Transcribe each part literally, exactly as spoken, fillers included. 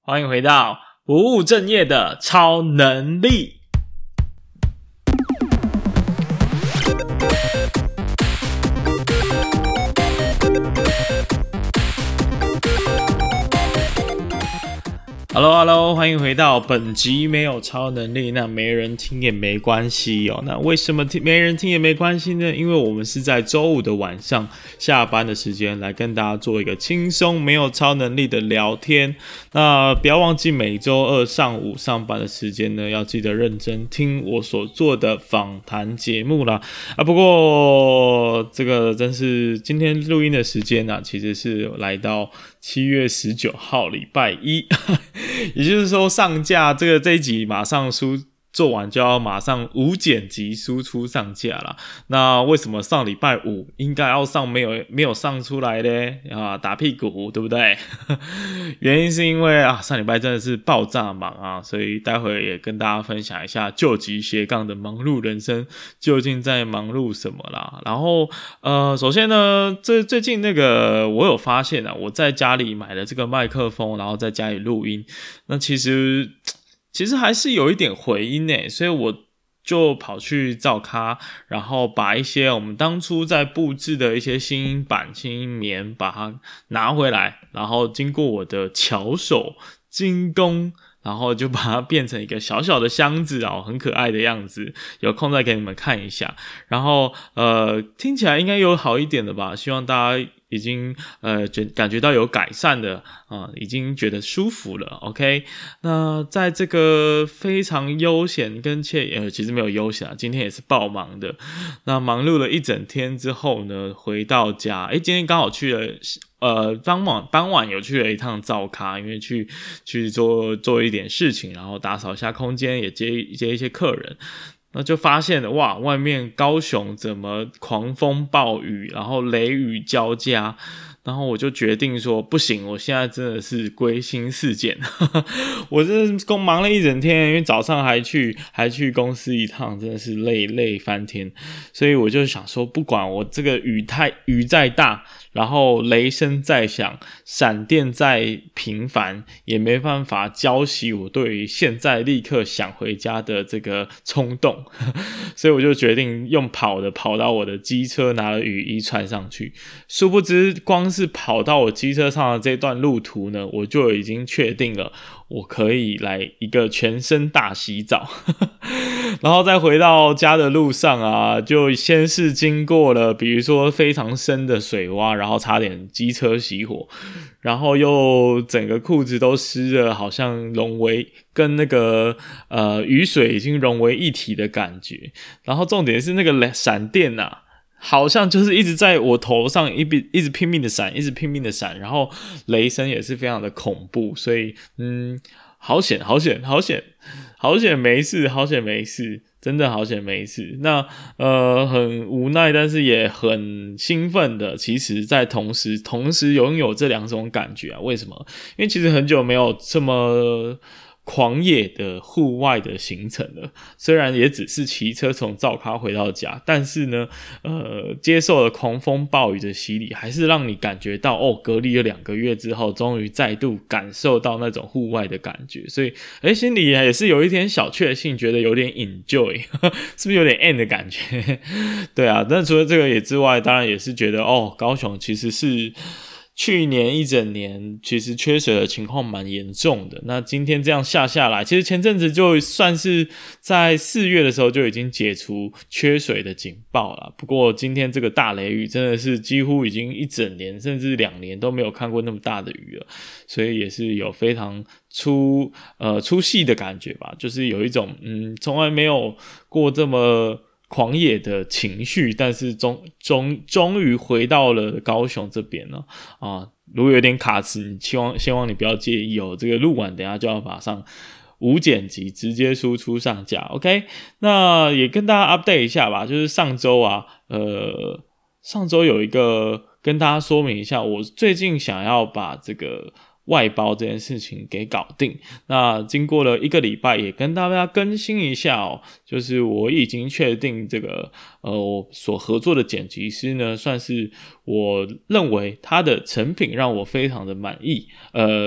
欢迎回到不务正业的超能力。Hello Hello， 欢迎回到本集没有超能力，那没人听也没关系哦。那为什么没人听也没关系呢？因为我们是在周五的晚上下班的时间来跟大家做一个轻松没有超能力的聊天。那不要忘记每周二上午上班的时间呢，要记得认真听我所做的访谈节目啦。啊，不过这个真是今天录音的时间啊，其实是来到七月十九号礼拜一。也就是说上架这个这一集马上输做完就要马上无剪辑输出上架啦。那为什么上礼拜五应该要上没有没有上出来咧？啊，打屁股对不对？原因是因为啊上礼拜真的是爆炸忙啊，所以待会也跟大家分享一下救急斜杠的忙碌人生究竟在忙碌什么啦。然后呃首先呢，这最近那个我有发现啊，我在家里买了这个麦克风，然后在家里录音，那其实其实还是有一点回音耶，所以我就跑去造咖，然后把一些我们当初在布置的一些新音板、新音棉把它拿回来，然后经过我的巧手精工，然后就把它变成一个小小的箱子哦，很可爱的样子，有空再给你们看一下。然后呃，听起来应该有好一点的吧，希望大家已经呃感觉到有改善的啊、呃，已经觉得舒服了 OK。 那在这个非常悠闲跟惬呃其实没有悠闲啊，今天也是爆忙的。那忙碌了一整天之后呢，回到家，诶今天刚好去了呃傍晚傍晚有去了一趟造咖，因为去去做做一点事情，然后打扫一下空间，也接接一些客人。那就发现了哇，外面高雄怎么狂风暴雨，然后雷雨交加，然后我就决定说不行，我现在真的是归心似箭。我真的忙了一整天，因为早上还去还去公司一趟，真的是累累翻天。所以我就想说，不管我这个雨太雨再大，然后雷声再响，闪电再频繁，也没办法浇熄我对于现在立刻想回家的这个冲动。所以我就决定用跑的跑到我的机车，拿了雨衣穿上去。殊不知光是跑到我机车上的这段路途呢，我就已经确定了我可以来一个全身大洗澡。然后再回到家的路上啊，就先是经过了比如说非常深的水洼，然后差点机车熄火，然后又整个裤子都湿了，好像融为跟那个呃雨水已经融为一体的感觉。然后重点是那个闪电啊，好像就是一直在我头上一一直拼命的闪，一直拼命的闪，然后雷声也是非常的恐怖，所以嗯，好险好险好险好险没事，好险没事，真的好险没事。那呃很无奈，但是也很兴奋的，其实在同时同时拥有这两种感觉啊。为什么？因为其实很久没有这么狂野的户外的行程了，虽然也只是骑车从造咖回到家，但是呢呃接受了狂风暴雨的洗礼，还是让你感觉到哦，隔离了两个月之后终于再度感受到那种户外的感觉，所以诶心里也是有一点小确幸，觉得有点 enjoy。 是不是有点 end 的感觉？对啊，但除了这个也之外，当然也是觉得哦，高雄其实是去年一整年其实缺水的情况蛮严重的，那今天这样下下来，其实前阵子就算是在四月的时候就已经解除缺水的警报了，不过今天这个大雷雨真的是几乎已经一整年甚至两年都没有看过那么大的雨了，所以也是有非常出呃出戏的感觉吧，就是有一种嗯从来没有过这么狂野的情绪，但是终终终于回到了高雄这边了啊！如果有点卡词，希望希望你不要介意哦。这个录完等一下就要马上无剪辑直接输出上架 ，OK？ 那也跟大家 update 一下吧，就是上周啊，呃，上周有一个跟大家说明一下，我最近想要把这个外包这件事情给搞定。那经过了一个礼拜，也跟大家更新一下哦，就是我已经确定这个呃我所合作的剪辑师呢，算是我认为他的成品让我非常的满意。呃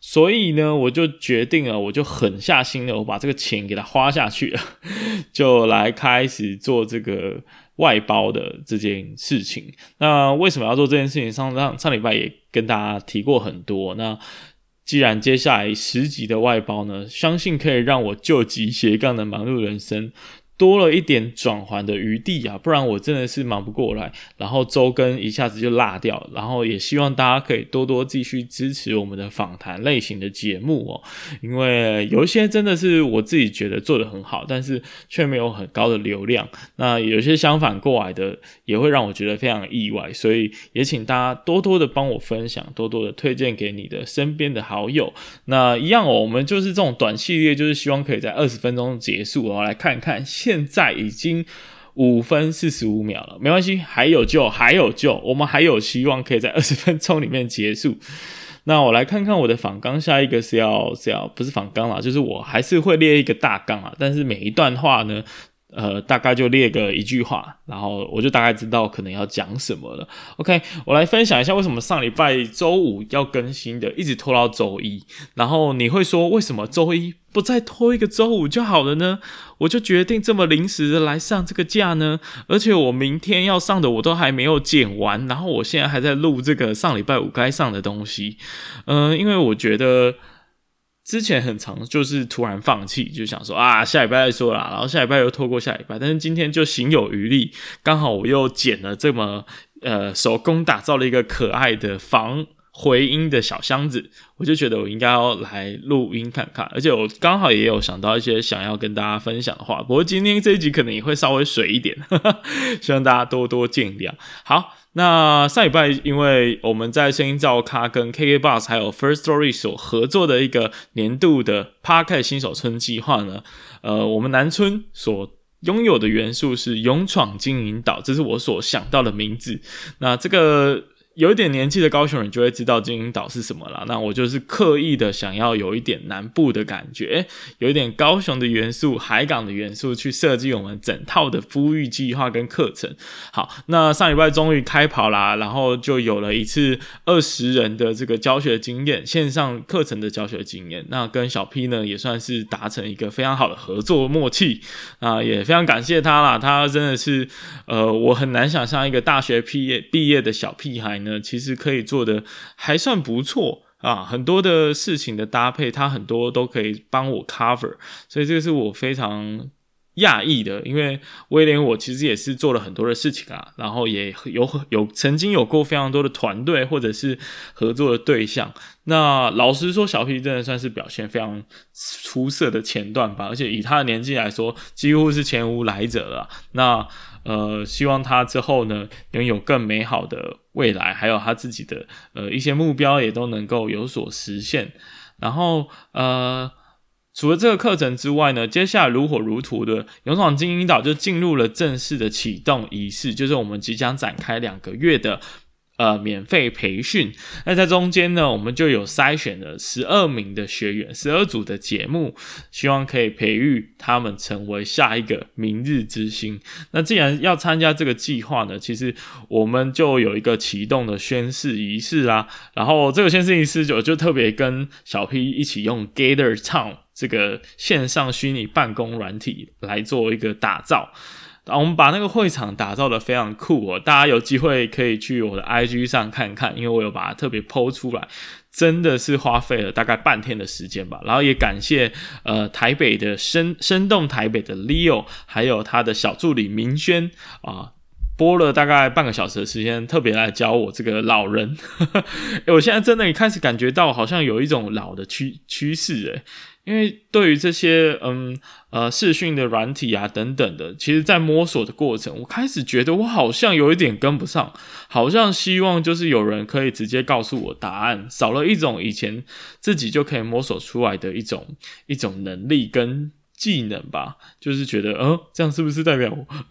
所以呢，我就决定了，我就狠下心了，我把这个钱给它花下去了，就来开始做这个外包的这件事情。那为什么要做这件事情？上上上礼拜也跟大家提过很多。那既然接下来十集的外包呢，相信可以让我救急斜杠的忙碌人生多了一点转圜的余地啊，不然我真的是忙不过来，然后周更一下子就落掉了。然后也希望大家可以多多继续支持我们的访谈类型的节目哦，因为有一些真的是我自己觉得做得很好，但是却没有很高的流量。那有些相反过来的，也会让我觉得非常意外，所以也请大家多多的帮我分享，多多的推荐给你的身边的好友。那一样哦，我们就是这种短系列，就是希望可以在二十分钟结束哦，来看看现在已经五分四十五秒了，没关系，还有救，还有救，我们还有希望可以在二十分钟里面结束。那我来看看我的访纲，下一个是要是要不是访纲啦，就是我还是会列一个大纲啊，但是每一段话呢，呃，大概就列个一句话，然后我就大概知道可能要讲什么了。OK， 我来分享一下为什么上礼拜周五要更新的，一直拖到周一。然后你会说，为什么周一不再拖一个周五就好了呢？我就决定这么临时的来上这个假呢，而且我明天要上的我都还没有剪完，然后我现在还在录这个上礼拜五该上的东西。嗯、呃，因为我觉得之前很常就是突然放弃，就想说啊下礼拜再说啦，然后下礼拜又拖过下礼拜，但是今天就行有余力，刚好我又剪了这么呃手工打造了一个可爱的防回音的小箱子，我就觉得我应该要来录音看看，而且我刚好也有想到一些想要跟大家分享的话，不过今天这一集可能也会稍微水一点，呵呵，希望大家多多见谅。好，那上礼拜因为我们在声音造咖跟 K K B O X 还有 First Story 所合作的一个年度的 Podcast 新手村计划呢，呃，我们南村所拥有的元素是勇闯金银岛，这是我所想到的名字。那这个有一点年纪的高雄人就会知道金银岛是什么啦，那我就是刻意的想要有一点南部的感觉，有一点高雄的元素，海港的元素，去设计我们整套的孵育计划跟课程。好，那上礼拜终于开跑啦，然后就有了一次二十人的这个教学经验，线上课程的教学经验。那跟小 P 呢也算是达成一个非常好的合作默契啊，也非常感谢他啦，他真的是呃，我很难想象一个大学毕业毕业的小屁孩呢，其实可以做的还算不错啊，很多的事情的搭配，他很多都可以帮我 cover， 所以这个是我非常讶异的，因为威廉我其实也是做了很多的事情啊，然后也有有曾经有过非常多的团队或者是合作的对象。那老实说，小 P 真的算是表现非常出色的前段吧，而且以他的年纪来说，几乎是前无来者了。那呃，希望他之后呢，拥有更美好的未来，还有他自己的呃一些目标也都能够有所实现。然后呃。除了这个课程之外呢，接下来如火如荼的勇闯金银岛就进入了正式的启动仪式，就是我们即将展开两个月的呃免费培训。那在中间呢，我们就有筛选了十二名的学员，十二组的节目，希望可以培育他们成为下一个明日之星。那既然要参加这个计划呢，其实我们就有一个启动的宣誓仪式啦。然后这个宣誓仪式就就特别跟小 P 一起用 Gather Town 这个线上虚拟办公软体来做一个打造。我们把那个会场打造的非常酷哦，大家有机会可以去我的 I G 上看看，因为我有把它特别 po 出来，真的是花费了大概半天的时间吧。然后也感谢呃台北的生生动台北的 Leo， 还有他的小助理明轩啊。播了大概半个小时的时间，特别来教我这个老人。欸、我现在真的开始感觉到好像有一种老的趋趋势诶，因为对于这些嗯呃视讯的软体啊等等的，其实在摸索的过程，我开始觉得我好像有一点跟不上，好像希望就是有人可以直接告诉我答案，少了一种以前自己就可以摸索出来的一种一种能力跟技能吧，就是觉得嗯这样是不是代表我嗯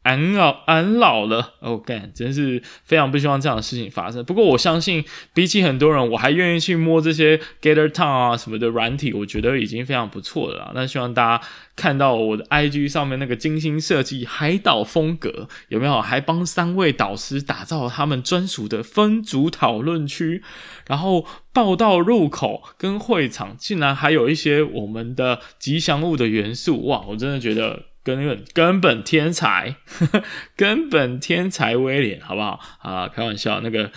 俺老俺老了，哦干，真是非常不希望这样的事情发生。不过我相信，比起很多人，我还愿意去摸这些 Gather Town 啊什么的软体，我觉得已经非常不错了啦。那希望大家看到我的 I G 上面那个精心设计海岛风格，有没有？还帮三位导师打造了他们专属的分组讨论区，然后报到入口跟会场竟然还有一些我们的吉祥物的元素，哇！我真的觉得。根本根本天才，呵呵根本天才威廉，好不好？啊，开玩笑。那个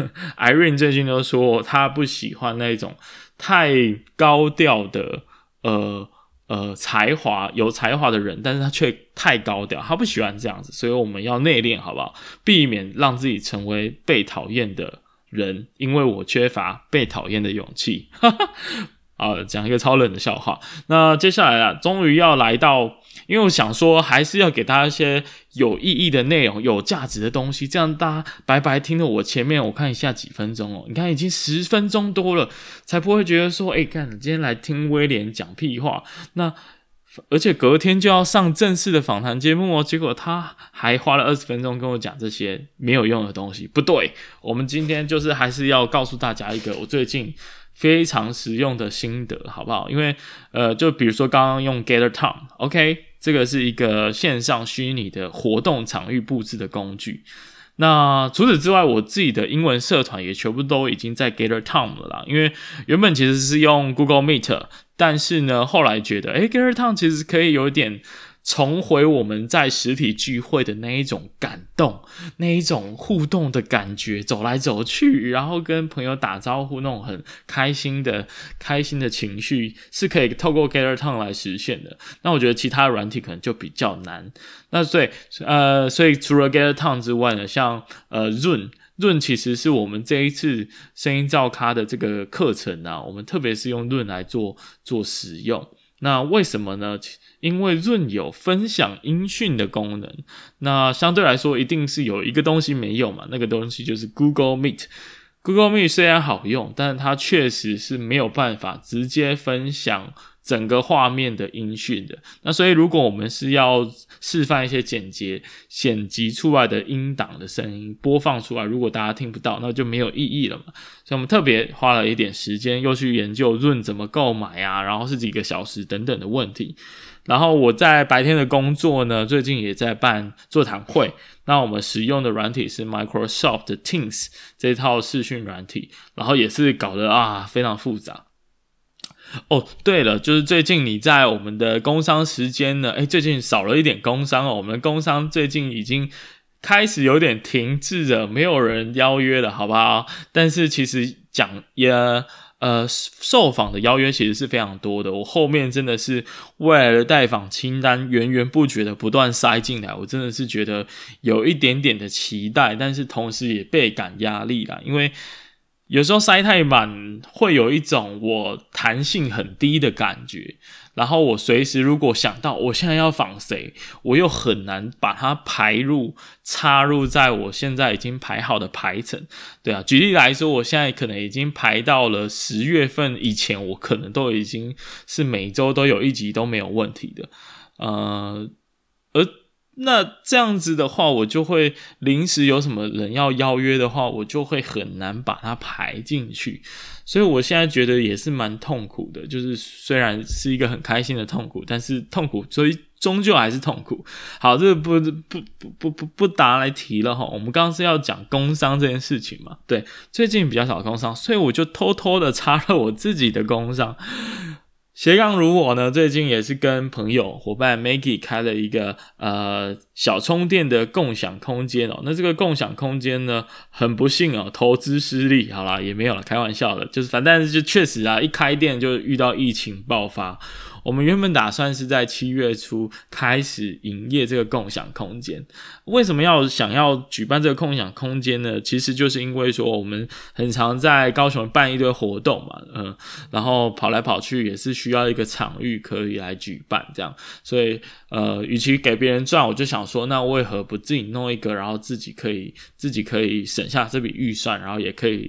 Irene 最近都说他不喜欢那种太高调的，呃呃才华有才华的人，但是他却太高调，他不喜欢这样子。所以我们要内敛，好不好？避免让自己成为被讨厌的人，因为我缺乏被讨厌的勇气。哈哈。啊，讲一个超冷的笑话。那接下来啊，终于要来到，因为我想说，还是要给大家一些有意义的内容、有价值的东西，这样大家白白听了我前面，我看一下几分钟哦，你看已经十分钟多了，才不会觉得说，哎，干，今天来听威廉讲屁话。那而且隔天就要上正式的访谈节目哦，结果他还花了二十分钟跟我讲这些没有用的东西。不对，我们今天就是还是要告诉大家一个我最近非常实用的心得，好不好？因为呃，就比如说刚刚用 Gather Town，OK， 这个是一个线上虚拟的活动场域布置的工具。那除此之外，我自己的英文社团也全部都已经在 Gather Town 了啦。因为原本其实是用 Google Meet， 但是呢，后来觉得，诶 Gather Town 其实可以有点重回我们在实体聚会的那一种感动，那一种互动的感觉，走来走去，然后跟朋友打招呼，那种很开心的开心的情绪，是可以透过 Gather Town 来实现的。那我觉得其他的软体可能就比较难。那所以呃，所以除了 Gather Town 之外呢，像呃 Zoom。Zoom 其实是我们这一次声音造咖的这个课程啊，我们特别是用 Zoom 来做做使用。那为什么呢？因为 Zoom 有分享音讯的功能，那相对来说一定是有一个东西没有嘛，那个东西就是 Google Meet。Google Meet 虽然好用，但是它确实是没有办法直接分享整个画面的音讯的。那所以如果我们是要示范一些剪接剪辑出来的音档的声音播放出来，如果大家听不到，那就没有意义了嘛。所以我们特别花了一点时间又去研究 Zoom 怎么购买啊，然后是几个小时等等的问题。然后我在白天的工作呢，最近也在办座谈会，那我们使用的软体是 Microsoft Teams 这套视讯软体，然后也是搞得啊非常复杂。哦，对了，就是最近你在我们的工商时间呢，诶最近少了一点工商哦，我们的工商最近已经开始有点停滞了，没有人邀约了，好不好？但是其实讲也呃受访的邀约其实是非常多的，我后面真的是未来的待访清单源源不绝的不断塞进来，我真的是觉得有一点点的期待，但是同时也倍感压力啦，因为有时候塞太满会有一种我弹性很低的感觉，然后我随时如果想到我现在要访谁，我又很难把它排入插入在我现在已经排好的排程。对啊，举例来说，我现在可能已经排到了十月份以前，我可能都已经是每周都有一集都没有问题的。呃，而那这样子的话，我就会临时有什么人要邀约的话，我就会很难把它排进去，所以我现在觉得也是蛮痛苦的，就是虽然是一个很开心的痛苦，但是痛苦所以终究还是痛苦。好，这个不不不不不不答来提了齁，我们刚刚是要讲工商这件事情嘛，对，最近比较少工商，所以我就偷偷的插了我自己的工商。斜杠如我呢，最近也是跟朋友伙伴 Maggie 开了一个呃小充电的共享空间哦。那这个共享空间呢，很不幸哦，投资失利，好啦，也没有了，开玩笑的，就是反正就确实啊，一开店就遇到疫情爆发。我们原本打算是在七月初开始营业这个共享空间。为什么要想要举办这个共享空间呢？其实就是因为说我们很常在高雄办一堆活动嘛，嗯，然后跑来跑去也是需要一个场域可以来举办这样，所以呃，与其给别人赚，我就想说，那为何不自己弄一个，然后自己可以自己可以省下这笔预算，然后也可以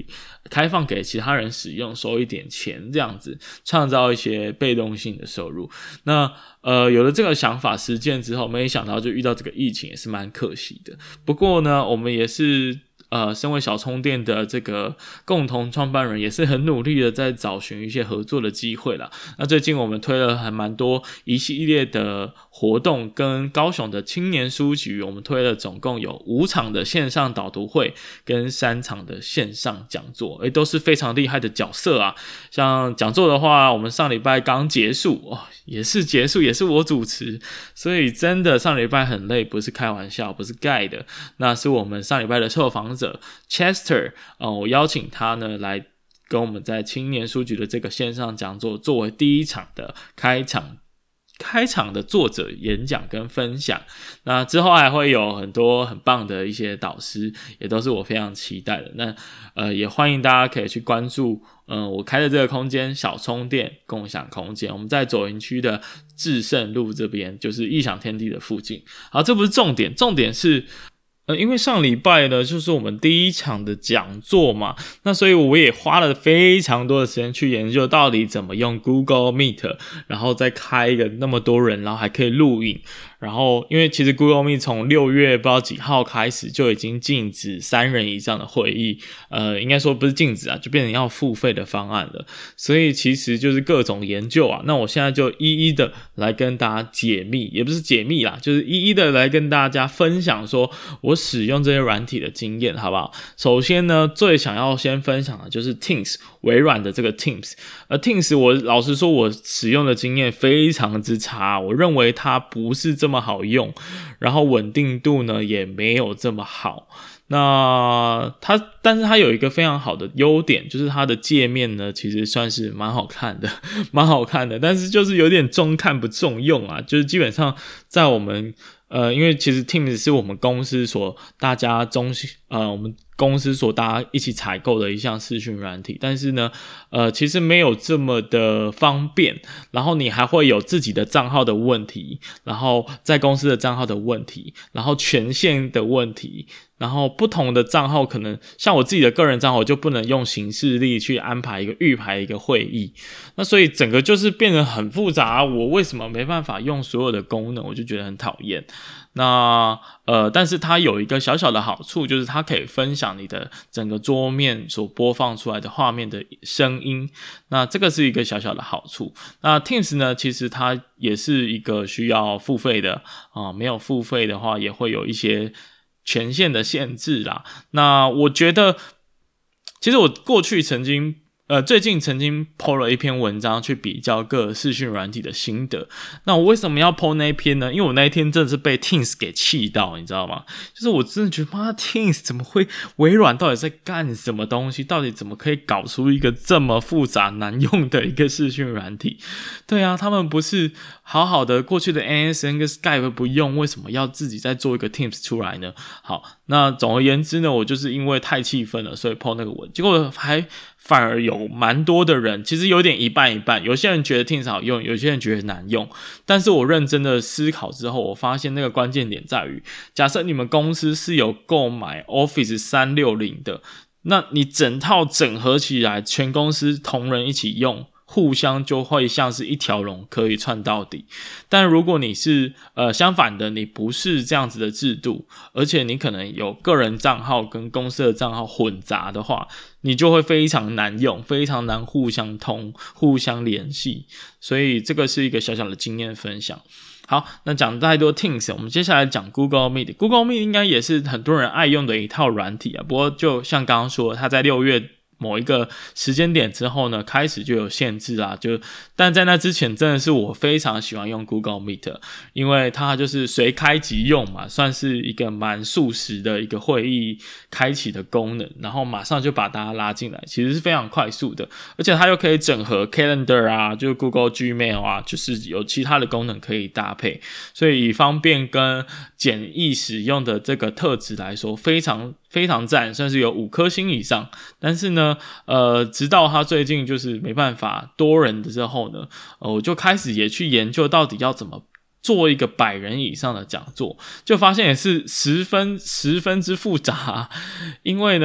开放给其他人使用，收一点钱这样子，创造一些被动性的收入。那呃有了这个想法实践之后，没想到就遇到这个疫情，也是蛮可惜的。不过呢，我们也是呃，身为小充电的这个共同创办人，也是很努力的在找寻一些合作的机会啦。那最近我们推了还蛮多一系列的活动，跟高雄的青年书局，我们推了总共有五场的线上导读会，跟三场的线上讲座，诶，都是非常厉害的角色啊。像讲座的话，我们上礼拜刚结束，哦，也是结束，也是我主持，所以真的上礼拜很累，不是开玩笑，不是盖的。那是我们上礼拜的受访者Chester，呃，我邀请他呢来跟我们在青年书局的这个线上讲座作为第一场的开场开场的作者演讲跟分享。那之后还会有很多很棒的一些导师，也都是我非常期待的。那呃，也欢迎大家可以去关注呃我开的这个空间小充电共享空间，我们在左营区的至圣路这边，就是异想天地的附近。好，这不是重点，重点是呃，因为上礼拜呢，就是我们第一场的讲座嘛，那所以我也花了非常多的时间去研究到底怎么用 Google Meet， 然后再开一个那么多人，然后还可以录影。然后因为其实 Google Meet 从六月不知道几号开始就已经禁止三人以上的会议，呃，应该说不是禁止啊，就变成要付费的方案了。所以其实就是各种研究啊，那我现在就一一的来跟大家解密，也不是解密啦，就是一一的来跟大家分享说我使用这些软体的经验，好不好？首先呢，最想要先分享的就是 Teams， 微软的这个 Teams。而 Teams 我老实说，我使用的经验非常之差，我认为它不是这么好用，然后稳定度呢也没有这么好。那它，但是它有一个非常好的优点，就是它的界面呢，其实算是蛮好看的，蛮好看的，但是就是有点中看不中用啊，就是基本上在我们呃，因为其实 Teams 是我们公司所大家中呃，我们公司所大家一起采购的一项视讯软体，但是呢，呃，其实没有这么的方便，然后你还会有自己的账号的问题，然后在公司的账号的问题，然后权限的问题，然后不同的账号可能像我自己的个人账号，我就不能用行事历去安排一个预排一个会议，那所以整个就是变得很复杂，我为什么没办法用所有的功能，我就觉得很讨厌。那呃，但是它有一个小小的好处，就是它可以分享你的整个桌面所播放出来的画面的声音，那这个是一个小小的好处。那 Teams 呢，其实它也是一个需要付费的啊、呃，没有付费的话也会有一些权限的限制啦。那我觉得其实我过去曾经呃，最近曾经 po 了一篇文章去比较各视讯软体的心得。那我为什么要 po 那一篇呢？因为我那一天真的是被 Teams 给气到，你知道吗？就是我真的觉得妈 Teams 怎么会，微软到底在干什么东西？到底怎么可以搞出一个这么复杂难用的一个视讯软体？对啊，他们不是好好的过去的 M S N 跟 Skype 不用，为什么要自己再做一个 Teams 出来呢？好，那总而言之呢，我就是因为太气愤了，所以 po 那个文，结果还反而有蛮多的人，其实有点一半一半，有些人觉得 Teams 好用，有些人觉得难用。但是我认真的思考之后，我发现那个关键点在于，假设你们公司是有购买 Office 三六零的，那你整套整合起来，全公司同仁一起用，互相就会像是一条龙可以串到底。但如果你是呃相反的，你不是这样子的制度，而且你可能有个人账号跟公司的账号混杂的话，你就会非常难用，非常难互相通互相联系。所以这个是一个小小的经验分享。好，那讲太多 Teams， 我们接下来讲 Google Meet。 Google Meet 应该也是很多人爱用的一套软体啊，不过就像刚刚说，它在六月某一个时间点之后呢，开始就有限制啦。就但在那之前，真的是我非常喜欢用 Google Meet， 因为它就是随开即用嘛，算是一个蛮速食的一个会议开启的功能，然后马上就把大家拉进来，其实是非常快速的，而且它又可以整合 Calendar 啊，就是 Google Gmail 啊，就是有其他的功能可以搭配，所以以方便跟简易使用的这个特质来说，非常非常赞，算是有五颗星以上。但是呢，呃，直到他最近就是没办法多人的之后呢，呃，我就开始也去研究到底要怎么做一个百人以上的讲座，就发现也是十分十分之复杂。因为呢，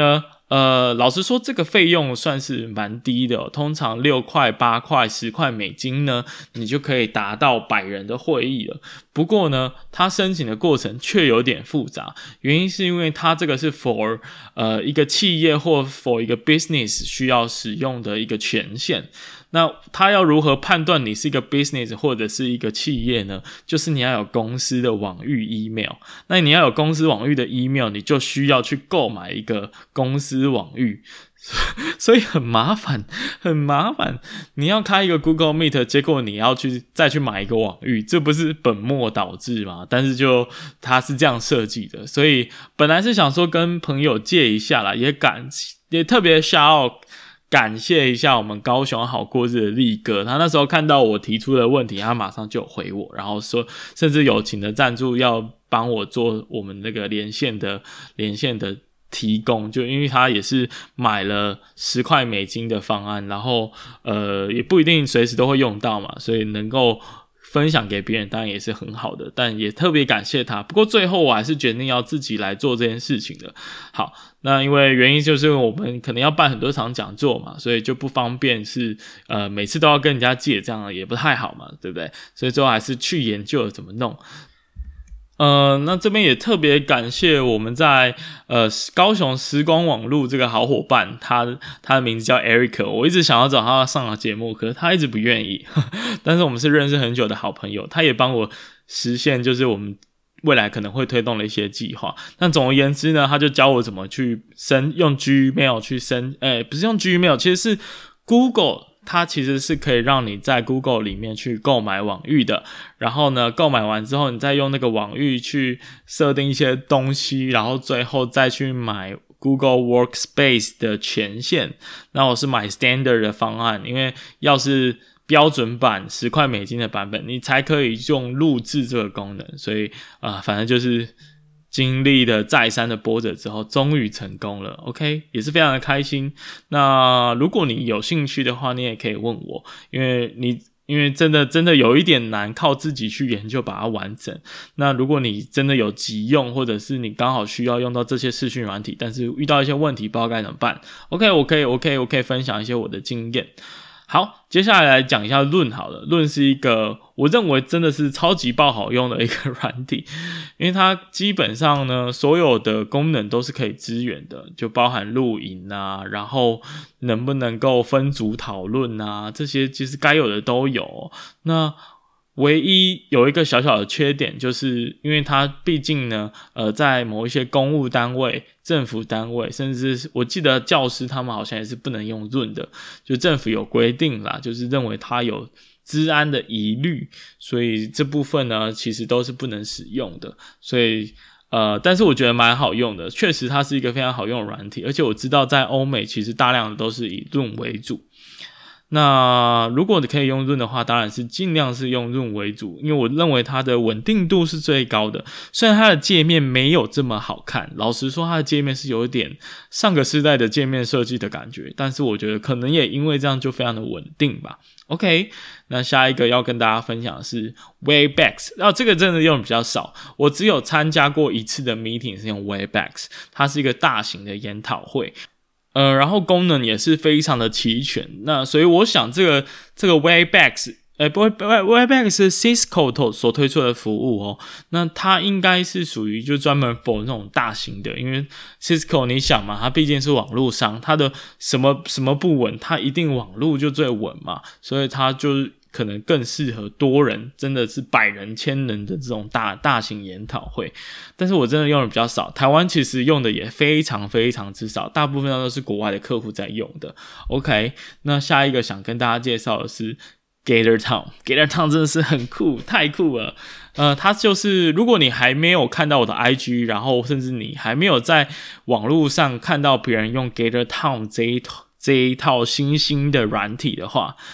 呃，老实说，这个费用算是蛮低的哦，通常六块、八块、十块美金呢，你就可以达到百人的会议了。不过呢，它申请的过程却有点复杂，原因是因为它这个是 for 呃一个企业或 for 一个 business 需要使用的一个权限。那他要如何判断你是一个 business 或者是一个企业呢？就是你要有公司的网域 email， 那你要有公司网域的 email， 你就需要去购买一个公司网域，所以很麻烦，很麻烦。你要开一个 Google Meet， 结果你要去再去买一个网域，这不是本末倒置吗？但是就它是这样设计的，所以本来是想说跟朋友借一下啦，也感也特别 shout out。感谢一下我们高雄好过日的力哥，他那时候看到我提出的问题，他马上就回我，然后说甚至友情的赞助要帮我做我们那个连线的连线的提供，就因为他也是买了十块美金的方案，然后呃也不一定随时都会用到嘛，所以能够分享给别人当然也是很好的，但也特别感谢他。不过最后我还是决定要自己来做这件事情的。好，那因为原因就是我们可能要办很多场讲座嘛，所以就不方便是呃每次都要跟人家借，这样也不太好嘛，对不对？所以最后还是去研究了怎么弄。呃，那这边也特别感谢我们在呃高雄时光网路这个好伙伴，他他的名字叫 Eric， 我一直想要找他上节目，可是他一直不愿意，呵呵，但是我们是认识很久的好朋友，他也帮我实现就是我们未来可能会推动的一些计划。那总而言之呢，他就教我怎么去申用 Gmail 去申，诶，不是用 Gmail， 其实是 Google。它其实是可以让你在 Google 里面去购买网域的，然后呢，购买完之后，你再用那个网域去设定一些东西，然后最后再去买 Google Workspace 的权限。那我是买 Standard 的方案，因为要是标准版十块美金的版本，你才可以用录制这个功能。所以啊、呃，反正就是经历了再三的波折之后，终于成功了 OK， 也是非常的开心。那如果你有兴趣的话，你也可以问我，因为你因为真的真的有一点难靠自己去研究把它完整。那如果你真的有急用，或者是你刚好需要用到这些视讯软体，但是遇到一些问题不知道该怎么办， OK 我可以我可以我可以分享一些我的经验。好，接下来来讲一下论好了。论是一个我认为真的是超级爆好用的一个软体，因为它基本上呢所有的功能都是可以支援的，就包含录影啊，然后能不能够分组讨论啊，这些其实该有的都有。那唯一有一个小小的缺点，就是因为它毕竟呢呃在某一些公务单位、政府单位，甚至是我记得教师他们好像也是不能用润的，就政府有规定啦，就是认为它有治安的疑虑，所以这部分呢其实都是不能使用的。所以呃但是我觉得蛮好用的，确实它是一个非常好用的软体，而且我知道在欧美其实大量的都是以润为主。那如果你可以用润的话，当然是尽量是用润为主，因为我认为它的稳定度是最高的。虽然它的界面没有这么好看，老实说它的界面是有一点上个世代的界面设计的感觉，但是我觉得可能也因为这样就非常的稳定吧。OK， 那下一个要跟大家分享的是 Webex， 那、啊、这个真的用的比较少，我只有参加过一次的 meeting 是用 Webex， 它是一个大型的研讨会。呃，然后功能也是非常的齐全，那所以我想这个这个 Webex， 呃，不 Webex 是 Cisco 所推出的服务哦，那它应该是属于就专门 for 那种大型的，因为 Cisco 你想嘛，它毕竟是网络商，它的什么什么不稳，它一定网络就最稳嘛，所以它就可能更适合多人，真的是百人千人的这种大大型研讨会。但是我真的用的比较少，台湾其实用的也非常非常之少，大部分都是国外的客户在用的。 OK， 那下一个想跟大家介绍的是 Gather Town。 Gather Town 真的是很酷，太酷了。呃，它就是如果你还没有看到我的 I G， 然后甚至你还没有在网络上看到别人用 Gather Town 这一这一套新兴的软体的话，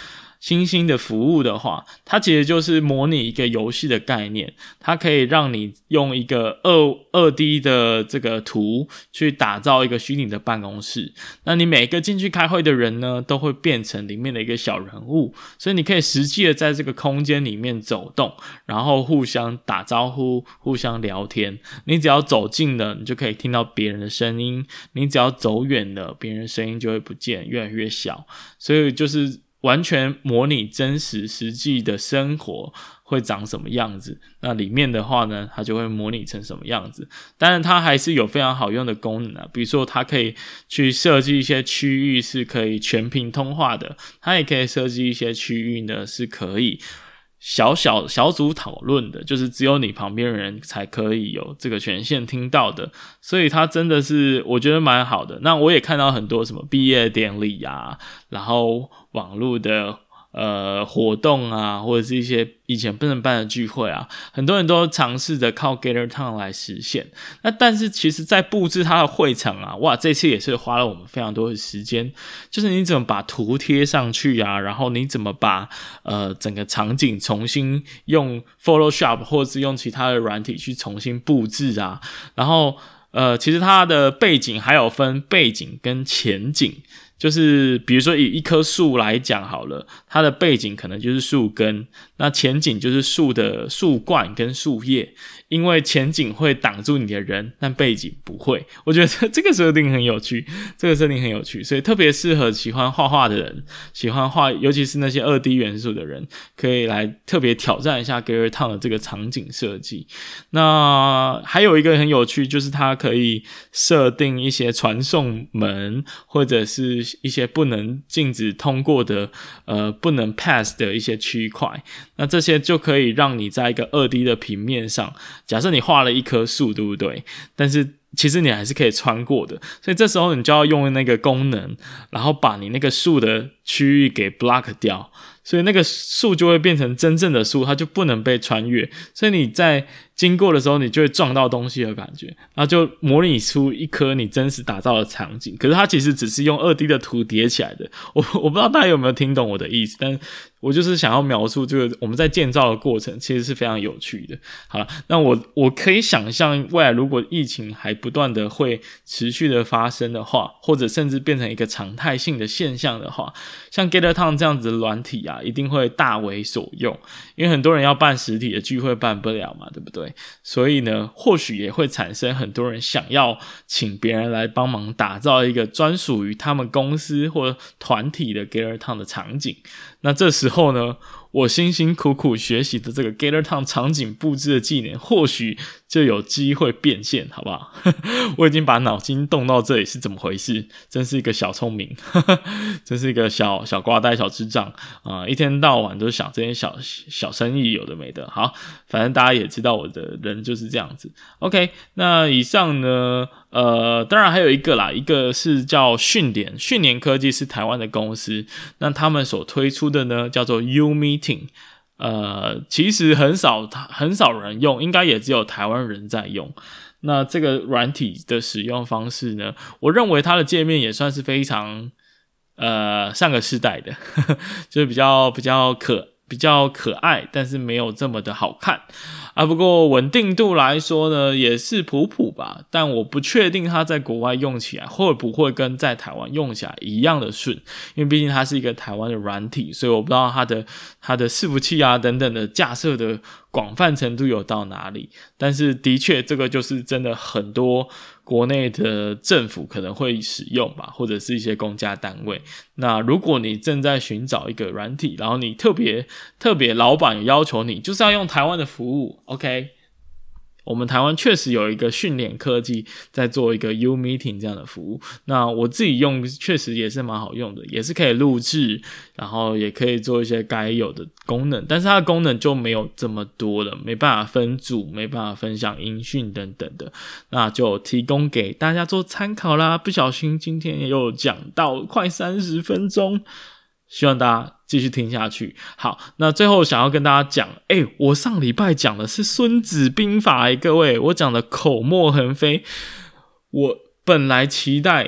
新兴的服务的话，它其实就是模拟一个游戏的概念，它可以让你用一个 二, 二 D 的这个图去打造一个虚拟的办公室，那你每个进去开会的人呢，都会变成里面的一个小人物，所以你可以实际的在这个空间里面走动，然后互相打招呼，互相聊天，你只要走近了，你就可以听到别人的声音，你只要走远了，别人的声音就会不见，越来越小，所以就是完全模拟真实实际的生活会长什么样子，那里面的话呢，它就会模拟成什么样子。当然它还是有非常好用的功能啊，比如说它可以去设计一些区域是可以全屏通话的，它也可以设计一些区域呢是可以小小小组讨论的，就是只有你旁边的人才可以有这个权限听到的，所以它真的是我觉得蛮好的。那我也看到很多什么毕业典礼啊，然后网络的呃活动啊，或者是一些以前不能办的聚会啊，很多人都尝试着靠 GatherTown 来实现。那但是其实在布置它的会场啊，哇，这次也是花了我们非常多的时间，就是你怎么把图贴上去啊，然后你怎么把呃整个场景重新用 Photoshop 或者是用其他的软体去重新布置啊，然后呃其实它的背景还有分背景跟前景，就是比如说以一棵树来讲好了，它的背景可能就是树根，那前景就是树的树冠跟树叶，因为前景会挡住你的人，但背景不会。我觉得这个设定很有趣，这个设定很有趣，所以特别适合喜欢画画的人，喜欢画尤其是那些 二 D 元素的人，可以来特别挑战一下 GatherTown 的这个场景设计。那还有一个很有趣，就是它可以设定一些传送门，或者是一些不能禁止通过的呃不能 pass 的一些区块，那这些就可以让你在一个 二 D 的平面上，假设你画了一棵树，对不对？但是其实你还是可以穿过的，所以这时候你就要用那个功能，然后把你那个树的区域给 block 掉，所以那个树就会变成真正的树，它就不能被穿越，所以你在经过的时候你就会撞到东西的感觉，然后就模拟出一颗你真实打造的场景。可是它其实只是用 二 D 的图叠起来的，我我不知道大家有没有听懂我的意思，但我就是想要描述这个我们在建造的过程其实是非常有趣的。好了，那我我可以想象未来如果疫情还不断的会持续的发生的话，或者甚至变成一个常态性的现象的话，像 GatherTown 这样子的软体啊，一定会大为所用，因为很多人要办实体的聚会办不了嘛，对不对？所以呢，或许也会产生很多人想要请别人来帮忙打造一个专属于他们公司或团体的 GatherTown 的场景。那这时候呢，我辛辛苦苦学习的这个 GatherTown 场景布置的技能，或许就有机会变现，好不好？我已经把脑筋动到这里，是怎么回事？真是一个小聪明，真是一个小小瓜呆、小智障啊、呃！一天到晚都想这些小小生意，有的没的。好，反正大家也知道我的人就是这样子。OK， 那以上呢，呃，当然还有一个啦，一个是叫讯联，讯联科技是台湾的公司，那他们所推出的呢叫做 U-Meeting。呃，其实很少很少人用，应该也只有台湾人在用。那这个软体的使用方式呢，我认为它的界面也算是非常呃上个世代的，呵呵，就是比较比较可比较可爱，但是没有这么的好看啊。不过稳定度来说呢，也是普普吧。但我不确定它在国外用起来会不会跟在台湾用起来一样的顺，因为毕竟它是一个台湾的软体，所以我不知道它的它的伺服器啊等等的架设的广泛程度有到哪里。但是的确，这个就是真的很多国内的政府可能会使用吧，或者是一些公家单位。那如果你正在寻找一个软体，然后你特别特别老板有要求你就是要用台湾的服务 ，OK， 我们台湾确实有一个讯联科技在做一个 U-Meeting 这样的服务。那我自己用确实也是蛮好用的，也是可以录制，然后也可以做一些该有的功能，但是它的功能就没有这么多了，没办法分组，没办法分享音讯等等的，那就提供给大家做参考啦。不小心今天也有讲到快三十分钟，希望大家继续听下去。好，那最后想要跟大家讲，诶，我上礼拜讲的是孙子兵法，诶，各位，我讲的口沫横飞。我本来期待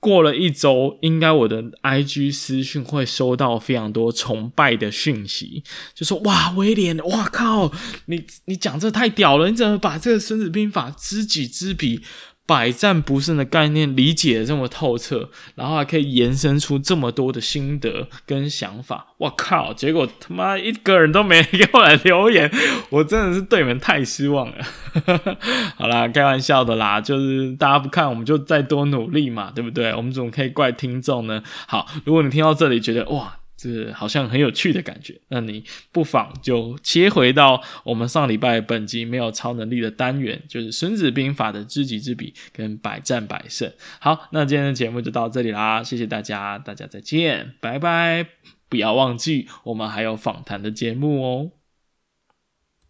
过了一周，应该我的 I G 私讯会收到非常多崇拜的讯息，就说哇威廉，哇靠，你你讲这太屌了，你怎么把这个孙子兵法知己知彼百战不胜的概念理解得这么透彻，然后还可以延伸出这么多的心得跟想法，哇靠，结果他妈一个人都没给我来留言，我真的是对你们太失望了好啦，开玩笑的啦，就是大家不看我们就再多努力嘛，对不对？我们怎么可以怪听众呢？好，如果你听到这里觉得哇这好像很有趣的感觉，那你不妨就切回到我们上礼拜本集没有超能力的单元，就是孙子兵法的知己知彼跟百战百胜。好，那今天的节目就到这里啦，谢谢大家，大家再见，拜拜。不要忘记我们还有访谈的节目哦。